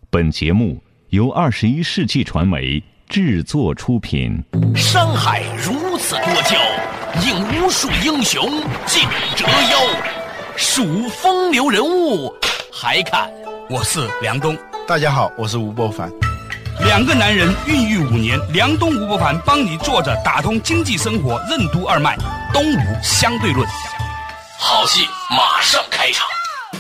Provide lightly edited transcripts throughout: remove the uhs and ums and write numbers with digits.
本节目由21世纪传媒制作出品。 山海如此多娇，引无数英雄竞折腰。数风流人物，还看我是梁东。 大家好，我是吴伯凡。 两个男人孕育5年，梁东吴伯凡帮你坐着打通经济生活任督二脉，东吴相对论。 好戏马上开场。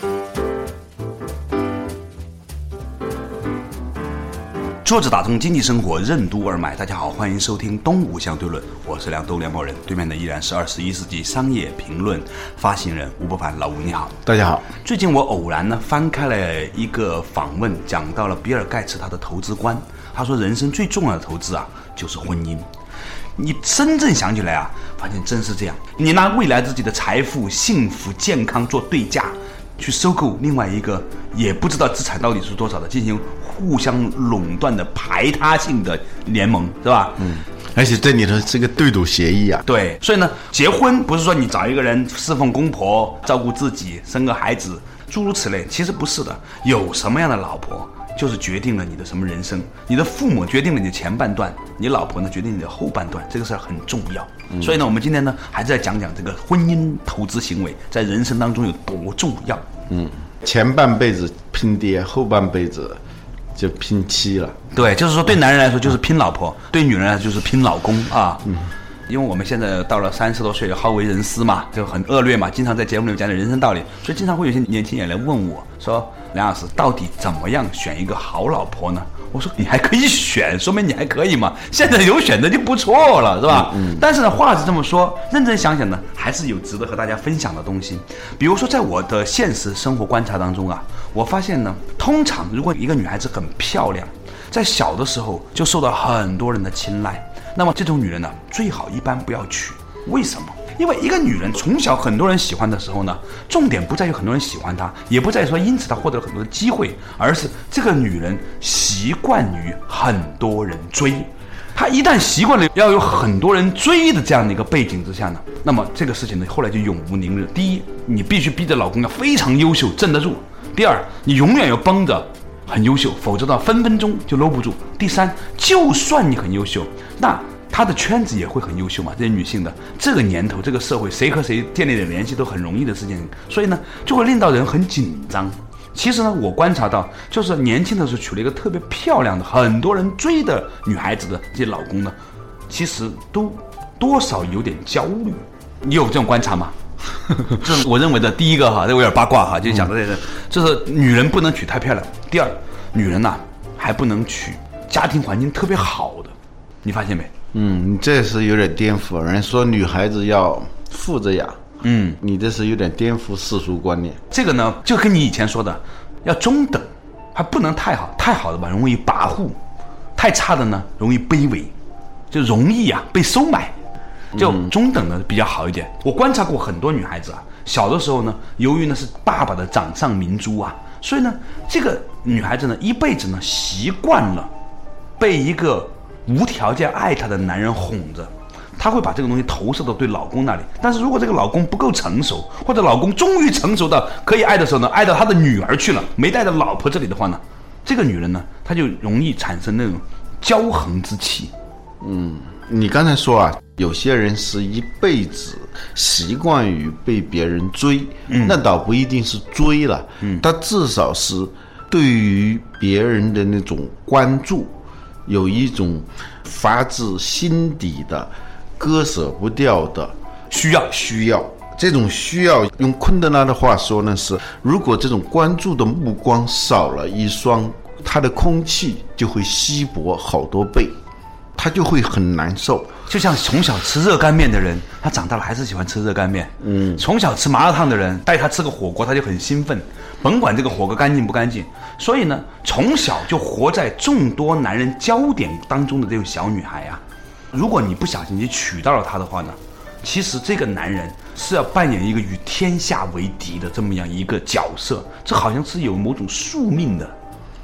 坐着打通经济生活任督二脉，大家好，欢迎收听东吴相对论，我是梁东梁某人，对面的依然是21世纪商业评论发行人吴伯凡。老吴你好。 大家好。 最近我偶然呢翻开了一个访问，讲到了比尔盖茨他的投资观。他说人生最重要的投资啊就是婚姻。你真正想起来啊，发现真是这样。你拿未来自己的财富、幸福、健康做对价，去收购另外一个也不知道资产到底是多少的，进行互相垄断的排他性的联盟，是吧？ 而且这里头是个对赌协议啊。 对，所以呢，结婚不是说你找一个人侍奉公婆、照顾自己、生个孩子，诸如此类，其实不是的。有什么样的老婆，就是决定了你的什么人生。你的父母决定了你的前半段，你老婆呢决定你的后半段，这个事儿很重要。所以呢，我们今天呢还是在讲讲这个婚姻投资行为在人生当中有多重要。 前半辈子拼爹，后半辈子就拼妻了。 对，就是说对男人来说就是拼老婆，对女人来说就是拼老公啊。因为我们现在到了30多岁，好为人师嘛，就很恶劣嘛，经常在节目里面讲点人生道理，所以经常会有些年轻人来问我说：“梁老师，到底怎么样选一个好老婆呢？”我说：“你还可以选，说明你还可以嘛。现在有选择就不错了，是吧？”但是呢，话是这么说，认真想想呢，还是有值得和大家分享的东西。比如说，在我的现实生活观察当中啊，我发现呢，通常如果一个女孩子很漂亮，在小的时候就受到很多人的青睐。那么这种女人呢，最好一般不要娶。为什么？因为一个女人从小很多人喜欢的时候呢，重点不在于很多人喜欢她，也不在于说因此她获得了很多的机会，而是这个女人习惯于很多人追。她一旦习惯了要有很多人追的这样的一个背景之下呢，那么这个事情呢后来就永无宁日。第一，你必须逼着老公要非常优秀，镇得住；第二，你永远要绷着很优秀，否则呢分分钟就搂不住。第三，就算你很优秀，那她的圈子也会很优秀嘛。这些女性的这个年头，这个社会谁和谁建立的联系都很容易的事情，所以呢就会令到人很紧张。其实呢，我观察到，就是年轻的时候娶了一个特别漂亮的、很多人追的女孩子的这些老公呢，其实都多少有点焦虑。你有这种观察吗？这是我认为的第一个哈，这有点八卦哈，就讲到这个，就是女人不能娶太漂亮。第二，女人呐还不能娶家庭环境特别好的，你发现没？ 这是有点颠覆。人说女孩子要富着养，你这是有点颠覆世俗观念。 这个呢，就跟你以前说的，要中等，还不能太好，太好的吧容易跋扈，太差的呢容易卑微，就容易啊被收买。就中等的比较好一点。我观察过很多女孩子啊，小的时候呢，由于呢是爸爸的掌上明珠啊，所以呢，这个女孩子呢一辈子呢习惯了被一个无条件爱她的男人哄着，她会把这个东西投射到对老公那里。但是如果这个老公不够成熟，或者老公终于成熟到可以爱的时候呢，爱到他的女儿去了，没带到老婆这里的话呢，这个女人呢，她就容易产生那种骄横之气。 你刚才说啊，有些人是一辈子习惯于被别人追，那倒不一定是追了，他至少是对于别人的那种关注，有一种发自心底的割舍不掉的需要。这种需要，用昆德拉的话说呢，是如果这种关注的目光少了一双，他的空气就会稀薄好多倍，他就会很难受。 就像从小吃热干面的人，他长大了还是喜欢吃热干面。从小吃麻辣烫的人，带他吃个火锅，他就很兴奋，甭管这个火锅干净不干净。所以呢，从小就活在众多男人焦点当中的这种小女孩啊，如果你不小心你娶到了她的话呢，其实这个男人是要扮演一个与天下为敌的这么样一个角色，这好像是有某种宿命的。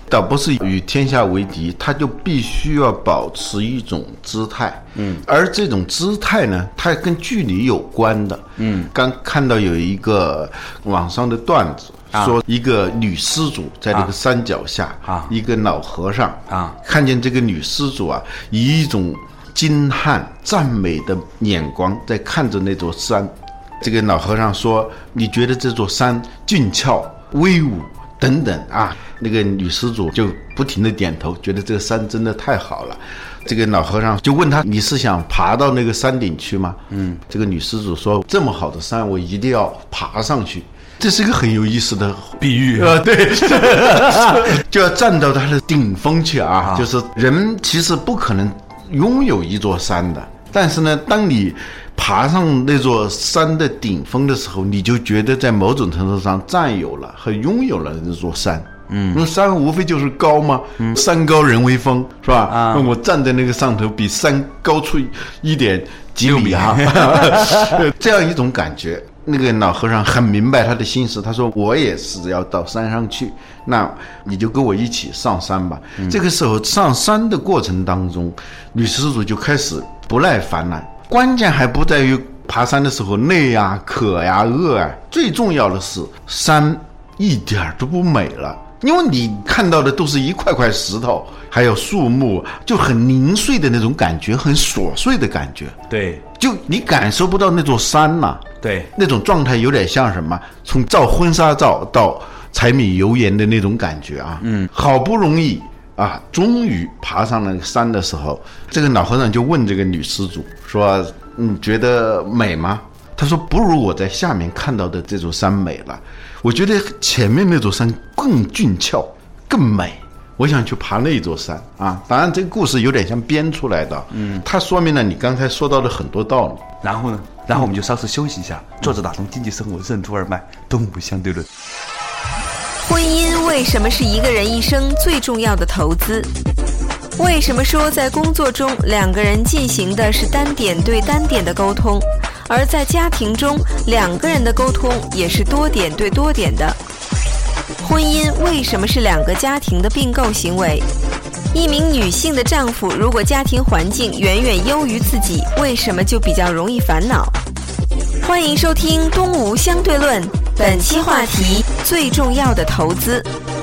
倒不是与天下为敌，他就必须要保持一种姿态。而这种姿态呢，它跟距离有关的。刚看到有一个网上的段子，说一个女施主在这个山脚下，一个老和尚看见这个女施主以一种惊叹赞美的眼光在看着那座山。这个老和尚说：“你觉得这座山俊俏威武等等啊？”那个女施主就不停地点头，觉得这个山真的太好了。这个老和尚就问他：“你是想爬到那个山顶去吗？”这个女施主说：“这么好的山，我一定要爬上去。”这是一个很有意思的比喻对，就要站到它的顶峰去啊！就是人其实不可能拥有一座山的，但是呢，当你爬上那座山的顶峰的时候，你就觉得在某种程度上占有了和拥有了那座山。那山无非就是高嘛，山高人为峰，是吧？那我站在那个上头，比山高出几米啊，这样一种感觉。那个老和尚很明白他的心思，他说：“我也是要到山上去，那你就跟我一起上山吧。”这个时候上山的过程当中，女施主就开始不耐烦了。关键还不在于爬山的时候累啊、渴呀、饿啊，最重要的是山一点都不美了。因为你看到的都是一块块石头，还有树木，就很零碎的那种感觉，很琐碎的感觉。 对， 就你感受不到那座山呐。 对， 那种状态有点像什么？从照婚纱照到柴米油盐的那种感觉啊。好不容易终于爬上了山的时候，这个老和尚就问这个女施主说：“你觉得美吗？”他说：“不如我在下面看到的这座山美了。我觉得前面那座山更俊俏、更美。我想去爬那座山啊！”当然，这个故事有点像编出来的。它说明了你刚才说到的很多道理。 然后呢？然后我们就稍事休息一下。作者打通经济生活任督二脉，东吴相对论。 婚姻为什么是一个人一生最重要的投资？为什么说在工作中两个人进行的是单点对单点的沟通，而在家庭中两个人的沟通也是多点对多点的？婚姻为什么是两个家庭的并购行为？一名女性的丈夫如果家庭环境远远优于自己，为什么就比较容易烦恼？欢迎收听东吴相对论，本期话题：最重要的投资。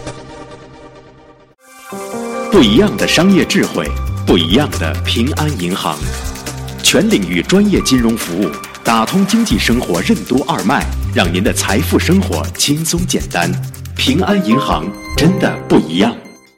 不一样的商业智慧，不一样的平安银行，全领域专业金融服务，打通经济生活任督二脉，让您的财富生活轻松简单。平安银行真的不一样。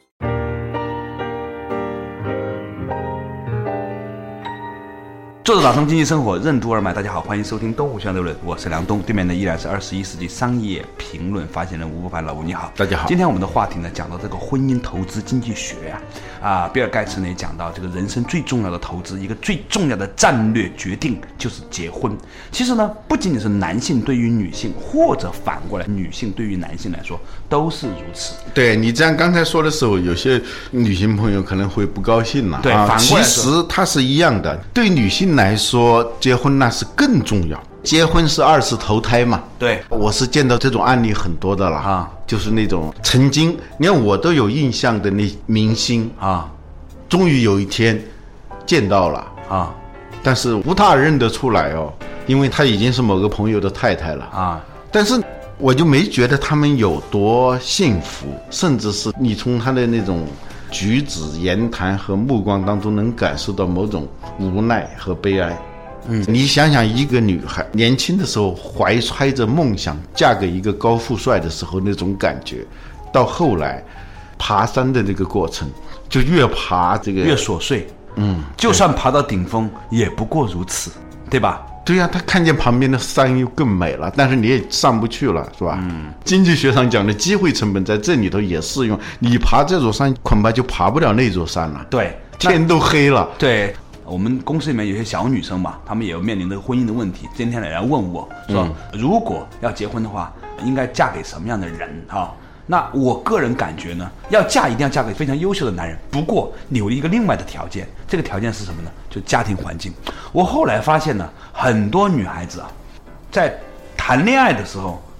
作者打通经济生活任督二脉，大家好，欢迎收听东吴相对论，我是梁东，对面的依然是21世纪商业评论发现人吴伯凡，老吴你好。 大家好。 今天我们的话题呢，讲到这个婚姻投资经济学比尔盖茨呢也讲到这个人生最重要的投资，一个最重要的战略决定就是结婚。其实呢，不仅仅是男性对于女性，或者反过来女性对于男性来说都是如此。 对，你这样刚才说的时候，有些女性朋友可能会不高兴了。 对，反过来说其实它是一样的，对女性来说，结婚那是更重要。结婚是二次投胎嘛？ 对， 我是见到这种案例很多的了就是那种曾经你看我都有印象的那明星终于有一天见到了但是不大认得出来因为他已经是某个朋友的太太了但是我就没觉得他们有多幸福，甚至是你从他的那种举止言谈和目光当中能感受到某种无奈和悲哀。你想想一个女孩年轻的时候怀揣着梦想嫁给一个高富帅的时候那种感觉，到后来爬山的这个过程就越爬这个越琐碎，就算爬到顶峰也不过如此，对吧？ 对呀，他看见旁边的山又更美了，但是你也上不去了，是吧？经济学上讲的机会成本在这里头也适用，你爬这座山恐怕就爬不了那座山了。 对， 天都黑了。 对，我们公司里面有些小女生嘛，她们也有面临的婚姻的问题。今天来问我说，如果要结婚的话，应该嫁给什么样的人那我个人感觉呢，要嫁一定要嫁给非常优秀的男人，不过有一个另外的条件，这个条件是什么呢？就家庭环境。我后来发现呢，很多女孩子在谈恋爱的时候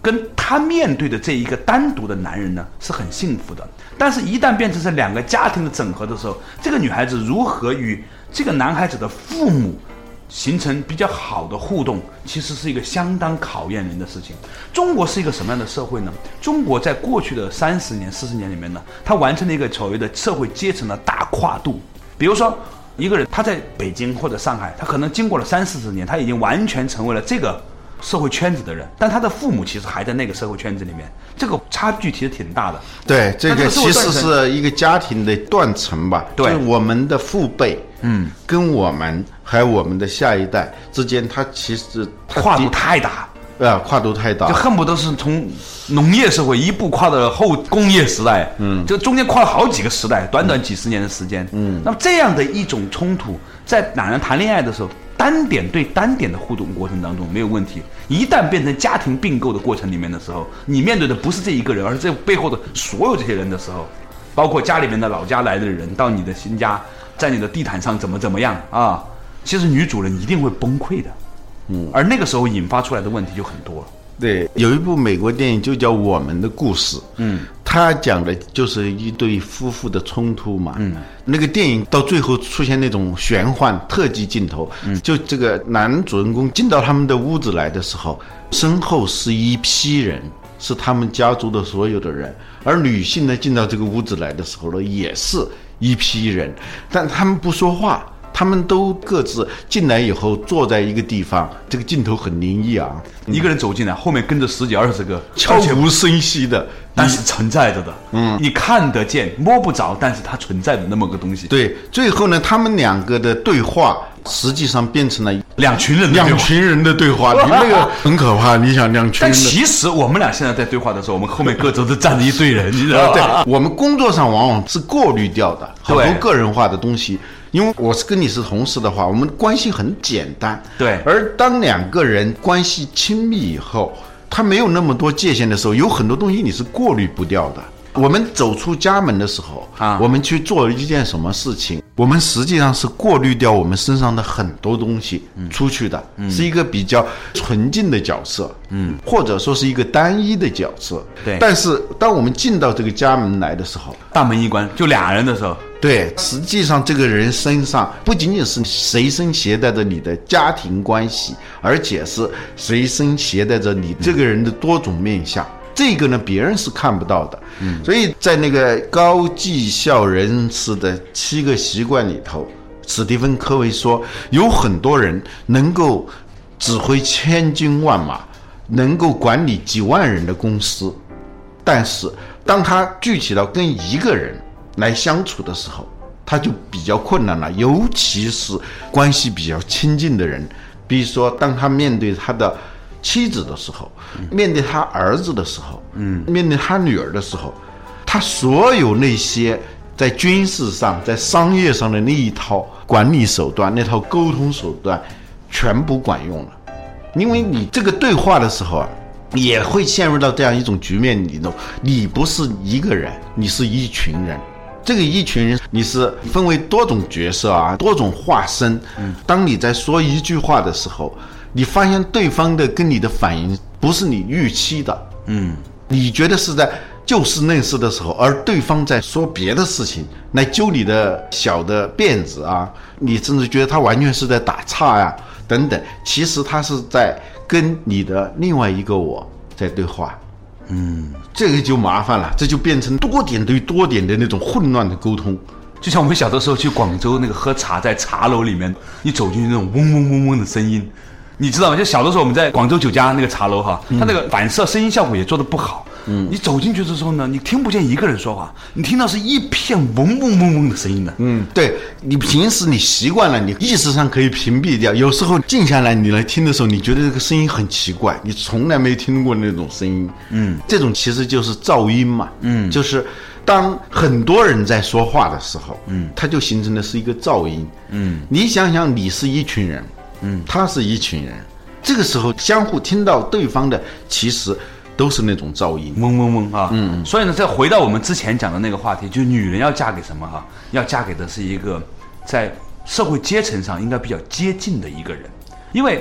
跟她面对的这一个单独的男人呢是很幸福的。但是一旦变成是两个家庭的整合的时候，这个女孩子如何与这个男孩子的父母形成比较好的互动，其实是一个相当考验人的事情。中国是一个什么样的社会呢？中国在过去的30年、40年里面呢，它完成了一个所谓的社会阶层的大跨度。比如说，一个人他在北京或者上海，他可能经过了30-40年，他已经完全成为了这个社会圈子的人，但他的父母其实还在那个社会圈子里面，这个差距其实挺大的。 对，这个其实是一个家庭的断层吧。 对， 就是我们的父辈，跟我们还有我们的下一代之间，它其实跨度太大。 跨度太大， 就恨不得是从农业社会一步跨到了后工业时代，就中间跨了好几个时代，短短几十年的时间，那么这样的一种冲突，在两人谈恋爱的时候，单点对单点的互动过程当中没有问题，一旦变成家庭并购的过程里面的时候，你面对的不是这一个人，而是这背后的所有这些人的时候，包括家里面的老家来的人到你的新家，在你的地毯上怎么样啊，其实女主人一定会崩溃的。而那个时候引发出来的问题就很多了。 对，有一部美国电影就叫《我们的故事》，他讲的就是一对夫妇的冲突嘛。那个电影到最后出现那种玄幻特技镜头，就这个男主人公进到他们的屋子来的时候，身后是一批人，是他们家族的所有的人，而女性呢进到这个屋子来的时候呢，也是一批人，但他们不说话。他们都各自进来以后坐在一个地方，这个镜头很灵异啊！ 一个人走进来，后面跟着10几20个， 悄无声息的， 但是存在着的。你看得见，摸不着，但是它存在的那么个东西。 对，最后呢，他们两个的对话实际上变成了两群人的对话，你那个很可怕。你想两群人， 但其实我们俩现在在对话的时候，我们后面各自都站着一堆人，你知道吧？ 对，我们工作上往往是过滤掉的很多个人化的东西。因为我是跟你是同事的话，我们关系很简单。 对， 而当两个人关系亲密以后，他没有那么多界限的时候，有很多东西你是过滤不掉的。我们走出家门的时候，我们去做一件什么事情，我们实际上是过滤掉我们身上的很多东西出去的，是一个比较纯净的角色，或者说是一个单一的角色。 对， 但是当我们进到这个家门来的时候， 大门一关，就俩人的时候。 对，实际上这个人身上不仅仅是随身携带着你的家庭关系，而且是随身携带着你这个人的多种面相。这个呢，别人是看不到的。所以在那个高绩效人士的7个习惯里头，史蒂芬·科维说，有很多人能够指挥千军万马，能够管理几万人的公司，但是当他具体到跟一个人来相处的时候，他就比较困难了，尤其是关系比较亲近的人，比如说当他面对他的妻子的时候，面对他儿子的时候，面对他女儿的时候，他所有那些在军事上在商业上的那一套管理手段，那套沟通手段全不管用了。因为你这个对话的时候啊，也会陷入到这样一种局面里头，你不是一个人，你是一群人。这个一群人你是分为多种角色啊，多种化身。当你在说一句话的时候，你发现对方的跟你的反应不是你预期的，你觉得是在就事论事的时候，而对方在说别的事情来揪你的小的辫子啊，你甚至觉得他完全是在打岔呀，等等，其实他是在跟你的另外一个我在对话。这个就麻烦了，这就变成多点对多点的那种混乱的沟通。 就像我们小的时候去广州那个喝茶，在茶楼里面，你走进去那种嗡嗡嗡嗡的声音，你知道吗？就小的时候我们在广州酒家那个茶楼哈，它那个反射声音效果也做得不好。你走进去的时候呢，你听不见一个人说话，你听到是一片嗡嗡嗡嗡的声音的。 对，你平时你习惯了，你意识上可以屏蔽掉，有时候静下来你来听的时候，你觉得这个声音很奇怪，你从来没听过那种声音。这种其实就是噪音嘛。就是当很多人在说话的时候，它就形成的是一个噪音。你想想，你是一群人，他是一群人，这个时候相互听到对方的，其实都是那种噪音， 嗡嗡嗡啊。所以呢，再回到我们之前讲的那个话题，就是女人要嫁给什么哈？要嫁给的是一个在社会阶层上应该比较接近的一个人，因为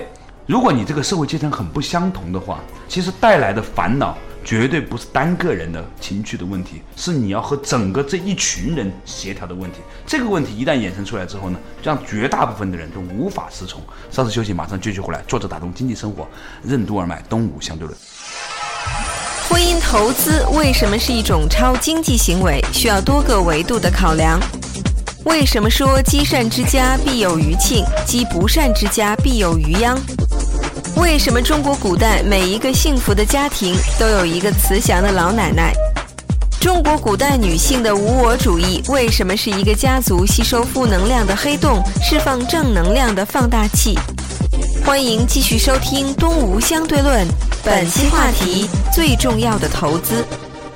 如果你这个社会阶层很不相同的话，其实带来的烦恼绝对不是单个人的情绪的问题，是你要和整个这一群人协调的问题。这个问题一旦衍生出来之后呢，让绝大部分的人都无法适从。稍事休息，马上继续回来。作者打通经济生活，任督二脉，东吴相对论。 婚姻投资为什么是一种超经济行为？需要多个维度的考量。为什么说积善之家必有余庆，积不善之家必有余殃？为什么中国古代每一个幸福的家庭都有一个慈祥的老奶奶？中国古代女性的无我主义为什么是一个家族吸收负能量的黑洞，释放正能量的放大器？欢迎继续收听东吴相对论，本期话题：最重要的投资。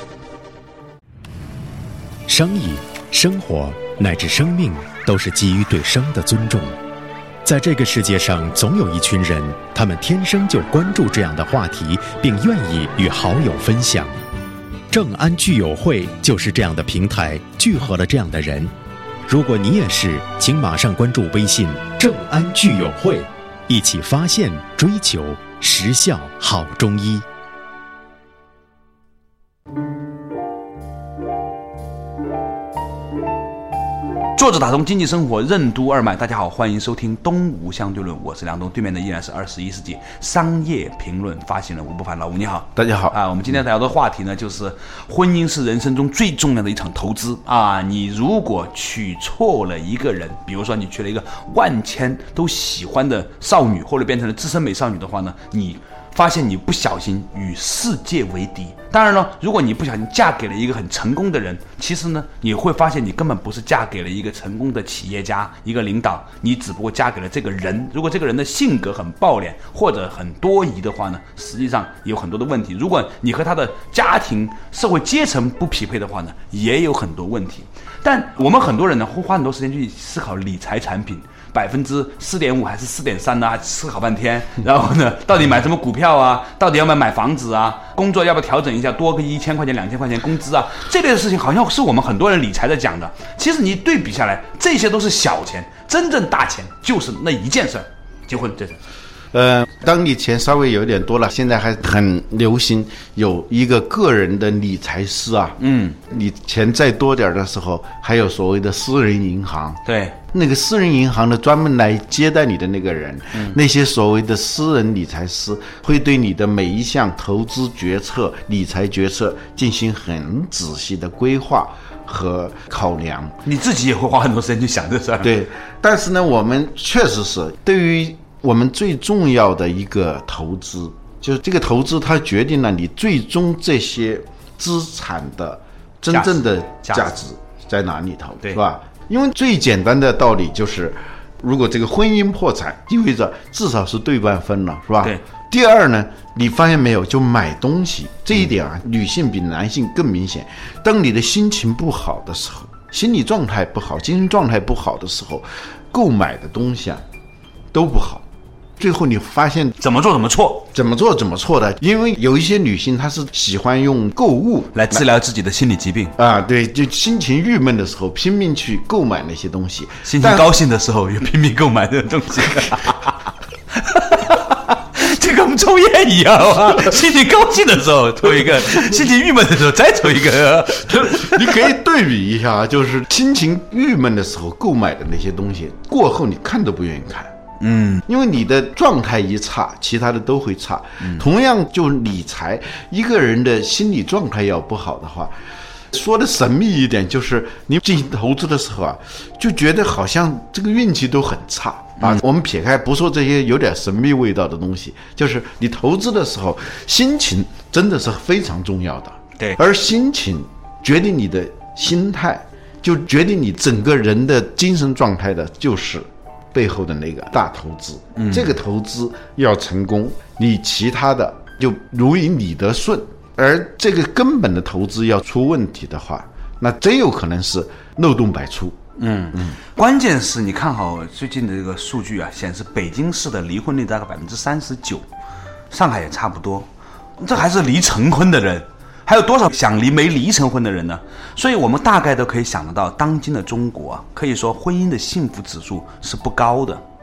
生意、生活乃至生命都是基于对生的尊重。在这个世界上，总有一群人，他们天生就关注这样的话题，并愿意与好友分享。正安聚友会就是这样的平台，聚合了这样的人。如果你也是，请马上关注微信正安聚友会，一起发现、追求实效好中医。 作者打通经济生活，任督二脉。大家好，欢迎收听东吴相对论，我是梁东，对面的依然是21世纪商业评论发行人吴伯凡。老吴你好。 大家好啊。我们今天聊的话题呢，就是婚姻是人生中最重要的一场投资啊。你如果娶错了一个人，比如说你娶了一个万千都喜欢的少女，或者变成了资深美少女的话呢，你发现你不小心与世界为敌。当然了，如果你不小心嫁给了一个很成功的人，其实呢，你会发现你根本不是嫁给了一个成功的企业家、一个领导，你只不过嫁给了这个人。如果这个人的性格很暴烈或者很多疑的话呢，实际上有很多的问题。如果你和他的家庭、社会阶层不匹配的话呢，也有很多问题。但我们很多人呢，会花很多时间去思考理财产品。4.5%还是4.3%呢？思考半天，然后呢，到底买什么股票啊？到底要不要买房子啊？工作要不要调整一下，多个1000块钱、2000块钱工资啊？这类的事情好像是我们很多人理财在讲的。其实你对比下来，这些都是小钱，真正大钱就是那一件事儿，结婚这事。 当你钱稍微有点多了，现在还很流行有一个个人的理财师啊。你钱再多点的时候，还有所谓的私人银行。 对， 那个私人银行的专门来接待你的那个人，那些所谓的私人理财师会对你的每一项投资决策、理财决策进行很仔细的规划和考量。 你自己也会花很多时间去想这事儿。 对，但是呢，我们确实是对于我们最重要的一个投资，就是这个投资它决定了你最终这些资产的真正的价值在哪里头，是吧？因为最简单的道理就是，如果这个婚姻破产，意味着至少是对半分了，是吧？ 对。 第二呢，你发现没有，就买东西这一点啊，女性比男性更明显。当你的心情不好的时候，心理状态不好，精神状态不好的时候，购买的东西啊都不好。最后你发现怎么做怎么错， 怎么做怎么错的，因为有一些女性她是喜欢用购物来治疗自己的心理疾病啊，对，就心情郁闷的时候拼命去购买那些东西， 心情高兴的时候也拼命购买这东西。这跟我们抽烟一样啊，心情高兴的时候抽一个，心情郁闷的时候再抽一个。 你可以对比一下，就是心情郁闷的时候购买的那些东西，过后你看都不愿意看。因为你的状态一差，其他的都会差。同样就理财，一个人的心理状态要不好的话，说的神秘一点，就是你进行投资的时候啊，就觉得好像这个运气都很差啊。我们撇开不说这些有点神秘味道的东西，就是你投资的时候，心情真的是非常重要的。 对， 而心情决定你的心态，就决定你整个人的精神状态的，就是背后的那个大投资。这个投资要成功，你其他的就如你理得顺。而这个根本的投资要出问题的话，那真有可能是漏洞百出。 关键是你看好最近的这个数据啊，显示北京市的离婚率大概39%，上海也差不多。这还是离成婚的人，还有多少想离没离成婚的人呢？所以我们大概都可以想得到，当今的中国啊，可以说婚姻的幸福指数是不高的。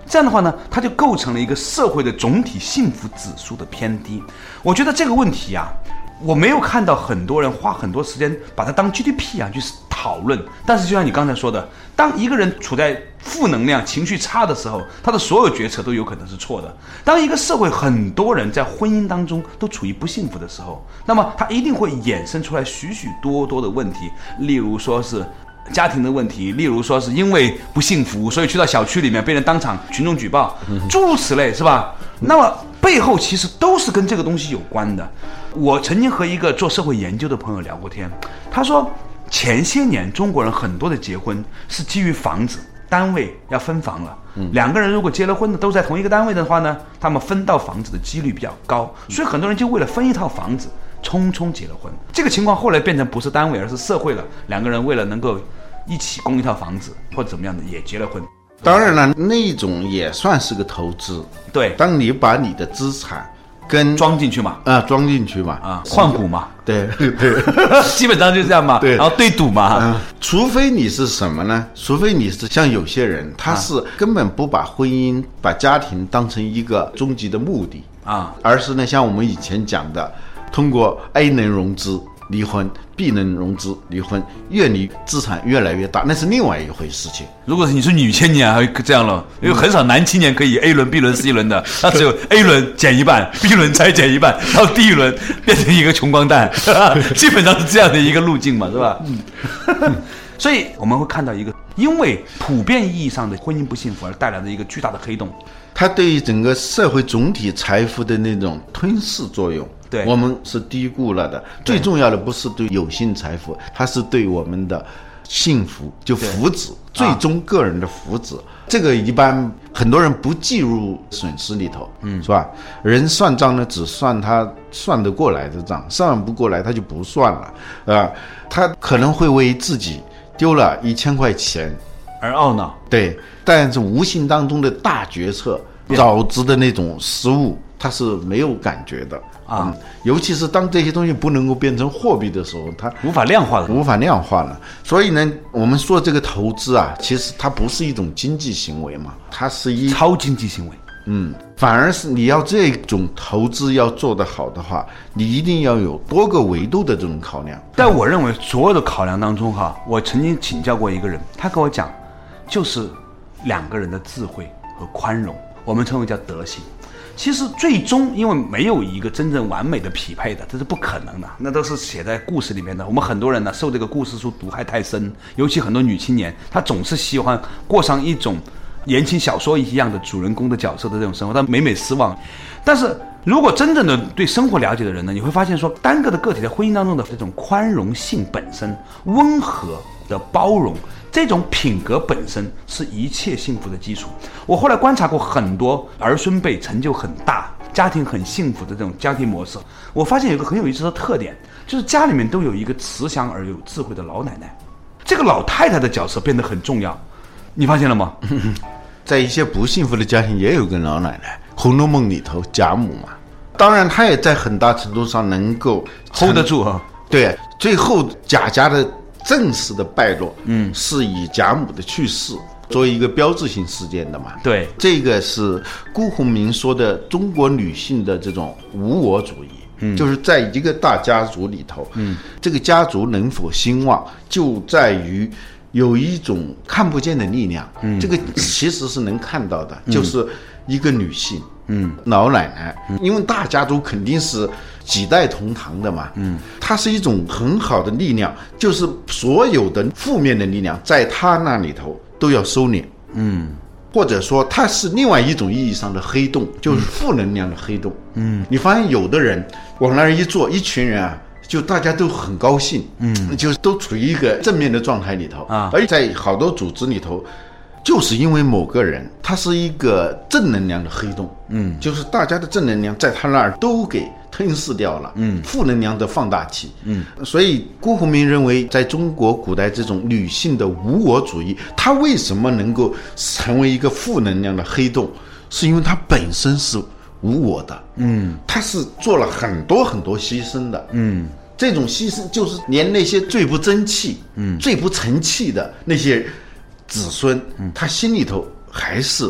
这样的话呢，它就构成了一个社会的总体幸福指数的偏低。我觉得这个问题啊，我没有看到很多人花很多时间把它当 GDP 啊去讨论。但是就像你刚才说的，当一个人处在负能量、情绪差的时候，他的所有决策都有可能是错的。当一个社会很多人在婚姻当中都处于不幸福的时候，那么他一定会衍生出来许许多多的问题，例如说是家庭的问题，例如说是因为不幸福，所以去到小区里面被人当场群众举报，诸如此类，是吧？那么背后其实都是跟这个东西有关的。我曾经和一个做社会研究的朋友聊过天，他说前些年中国人很多的结婚是基于房子，单位要分房了，两个人如果结了婚的都在同一个单位的话呢，他们分到房子的几率比较高，所以很多人就为了分一套房子匆匆结了婚。这个情况后来变成不是单位而是社会了，两个人为了能够一起供一套房子或者怎么样的也结了婚。 当然了，那种也算是个投资。 对， 当你把你的资产跟装进去嘛， 装进去嘛， 换股嘛， 对对， 基本上就是这样嘛， 对， 然后对赌嘛， 除非你是什么呢？除非你是像有些人，他是根本不把婚姻、把家庭当成一个终极的目的啊，而是呢，像我们以前讲的，通过 A 能融资离婚 ，B 能融资离婚，越离资产越来越大，那是另外一回事情。 如果你是女青年，还会这样了，因为很少男青年可以 A 轮、B 轮、C 轮的，他只有 A 轮减一半 ，B 轮再减一半，到第一轮变成一个穷光蛋，基本上是这样的一个路径嘛，是吧？所以我们会看到一个，因为普遍意义上的婚姻不幸福而带来的一个巨大的黑洞， 它对于整个社会总体财富的那种吞噬作用， 对我们是低估了的。最重要的不是对有形财富，它是对我们的幸福，就福祉，最终个人的福祉。这个一般很多人不计入损失里头，是吧？人算账呢，只算他算得过来的账，算不过来他就不算了，他可能会为自己丢了1000块钱而懊恼， 对，但是无形当中的大决策导致的那种失误，他是没有感觉的啊。尤其是当这些东西不能够变成货币的时候，它无法量化了。 所以呢，我们说这个投资啊，其实它不是一种经济行为嘛，它是一超经济行为。 反而是你要这种投资要做得好的话，你一定要有多个维度的这种考量。 但我认为所有的考量当中我曾经请教过一个人，他跟我讲，就是两个人的智慧和宽容，我们称为叫德行。其实最终因为没有一个真正完美的匹配的，这是不可能的，那都是写在故事里面的。我们很多人呢受这个故事书毒害太深，尤其很多女青年，她总是喜欢过上一种言情小说一样的主人公的角色的这种生活，她每失望。但是如果真正的对生活了解的人呢，你会发现说，单个的个体在婚姻当中的这种宽容性本身、温和的包容，这种品格本身是一切幸福的基础。我后来观察过很多儿孙辈成就很大、家庭很幸福的这种家庭模式，我发现有一个很有意思的特点，就是家里面都有一个慈祥而有智慧的老奶奶，这个老太太的角色变得很重要，你发现了吗？ 在一些不幸福的家庭也有个老奶奶，《红楼梦》里头贾母嘛，当然她也在很大程度上能够 hold 得住啊。 对，最后贾家的正式的败落，是以贾母的去世作为一个标志性事件的嘛。 对， 这个是辜鸿铭说的中国女性的这种无我主义。就是在一个大家族里头，这个家族能否兴旺，就在于有一种看不见的力量，这个其实是能看到的，就是一个女性，老奶奶，因为大家族肯定是几代同堂的嘛，它是一种很好的力量，就是所有的负面的力量在她那里头都要收敛，或者说它是另外一种意义上的黑洞，就是负能量的黑洞。你发现有的人往那儿一坐，一群人啊，就大家都很高兴，就是都处于一个正面的状态里头啊。而在好多组织里头，就是因为某个人他是一个正能量的黑洞，就是大家的正能量在他那儿都给吞噬掉了，负能量的放大器，所以辜鸿铭认为，在中国古代这种女性的无我主义，它为什么能够成为一个负能量的黑洞，是因为它本身是无我的，它是做了很多很多牺牲的，这种牺牲就是连那些最不争气、最不成器的那些子孙，他心里头还是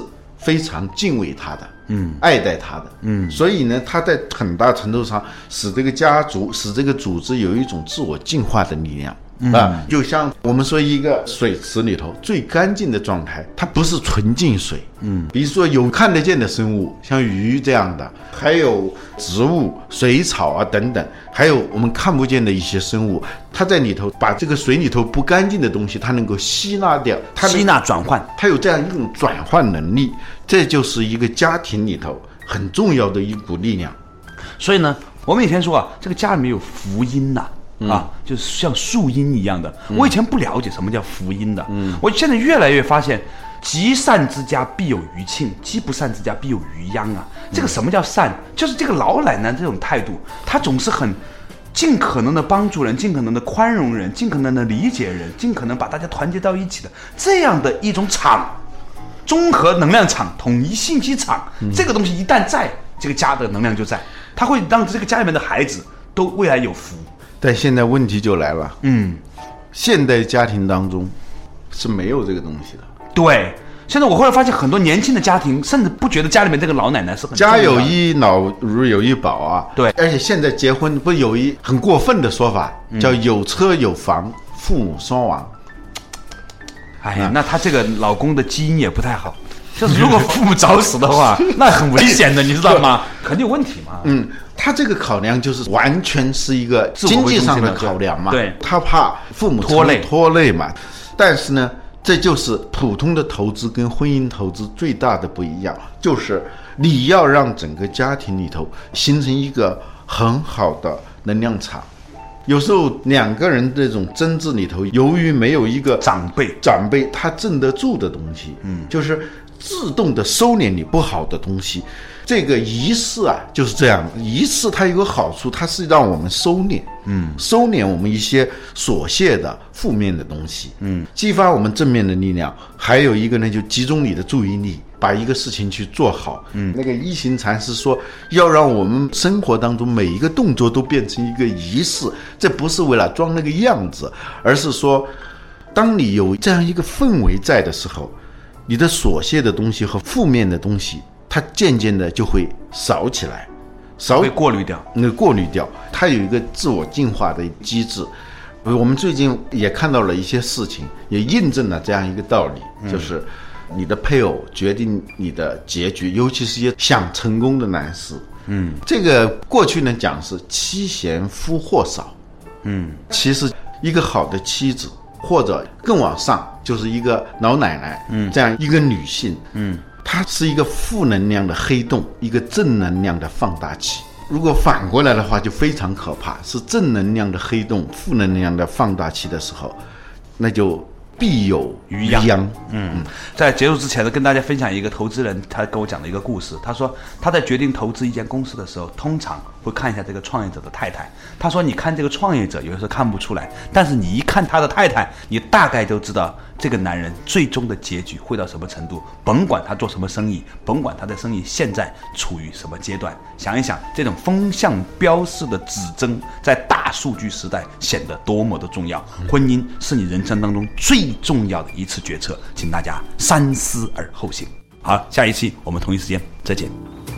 非常敬畏他的，爱戴他的，所以呢，他在很大程度上使这个家族、使这个组织有一种自我进化的力量。就像我们说一个水池里头最干净的状态，它不是纯净水，比如说有看得见的生物，像鱼这样的，还有植物、水草啊等等，还有我们看不见的一些生物，它在里头把这个水里头不干净的东西，它能够吸纳掉， 吸纳转换， 它有这样一种转换能力，这就是一个家庭里头很重要的一股力量。 所以呢，我们以前说啊，这个家里面有福音呐。就是像树荫一样的。我以前不了解什么叫福音的，我现在越来越发现，积善之家必有余庆，积不善之家必有余殃啊。这个什么叫善？就是这个老奶奶这种态度，她总是很尽可能的帮助人，尽可能的宽容人，尽可能的理解人，尽可能把大家团结到一起的这样的一种场，综合能量场、统一信息场，这个东西一旦在这个家的能量就在，它会让这个家里面的孩子都未来有福。 但现在问题就来了，现代家庭当中是没有这个东西的。 对，现在我后来发现很多年轻的家庭甚至不觉得家里面这个老奶奶是很重要的。 家有一老如有一宝啊。 对， 而且现在结婚不有一很过分的说法，叫有车有房，父母双亡。 哎呀，那他这个老公的基因也不太好。就是如果父母早死的话，那很危险的，你知道吗？肯定有问题嘛。 他这个考量就是完全是一个经济上的考量嘛。 对， 他怕父母拖累嘛。但是呢，这就是普通的投资跟婚姻投资最大的不一样，就是你要让整个家庭里头形成一个很好的能量场。有时候两个人这种争执里头，由于没有一个长辈他镇得住的东西，就是自动的收敛你不好的东西。这个仪式啊就是这样，仪式它有个好处，它是让我们收敛，收敛我们一些琐屑的负面的东西，激发我们正面的力量。还有一个呢，就集中你的注意力，把一个事情去做好。那个一行禅师说，要让我们生活当中每一个动作都变成一个仪式，这不是为了装那个样子，而是说，当你有这样一个氛围在的时候，你的琐屑的东西和负面的东西，它渐渐的就会少起来， 会过滤掉，它有一个自我进化的机制。我们最近也看到了一些事情，也印证了这样一个道理，就是你的配偶决定你的结局，尤其是一些想成功的男士。这个过去呢讲是妻贤夫祸少，其实一个好的妻子，或者更往上就是一个老奶奶，这样一个女性，它是一个负能量的黑洞，一个正能量的放大器。如果反过来的话就非常可怕，是正能量的黑洞，负能量的放大器的时候，那就必有余殃。 在结束之前呢，跟大家分享一个投资人他跟我讲的一个故事。他说他在决定投资一间公司的时候，通常会看一下这个创业者的太太。他说你看这个创业者有的时候看不出来，但是你一看他的太太，你大概就知道这个男人最终的结局会到什么程度。甭管他做什么生意，甭管他的生意现在处于什么阶段，想一想这种风向标式的指针在大数据时代显得多么的重要。婚姻是你人生当中最重要的一次决策，请大家三思而后行。好，下一期我们同一时间再见。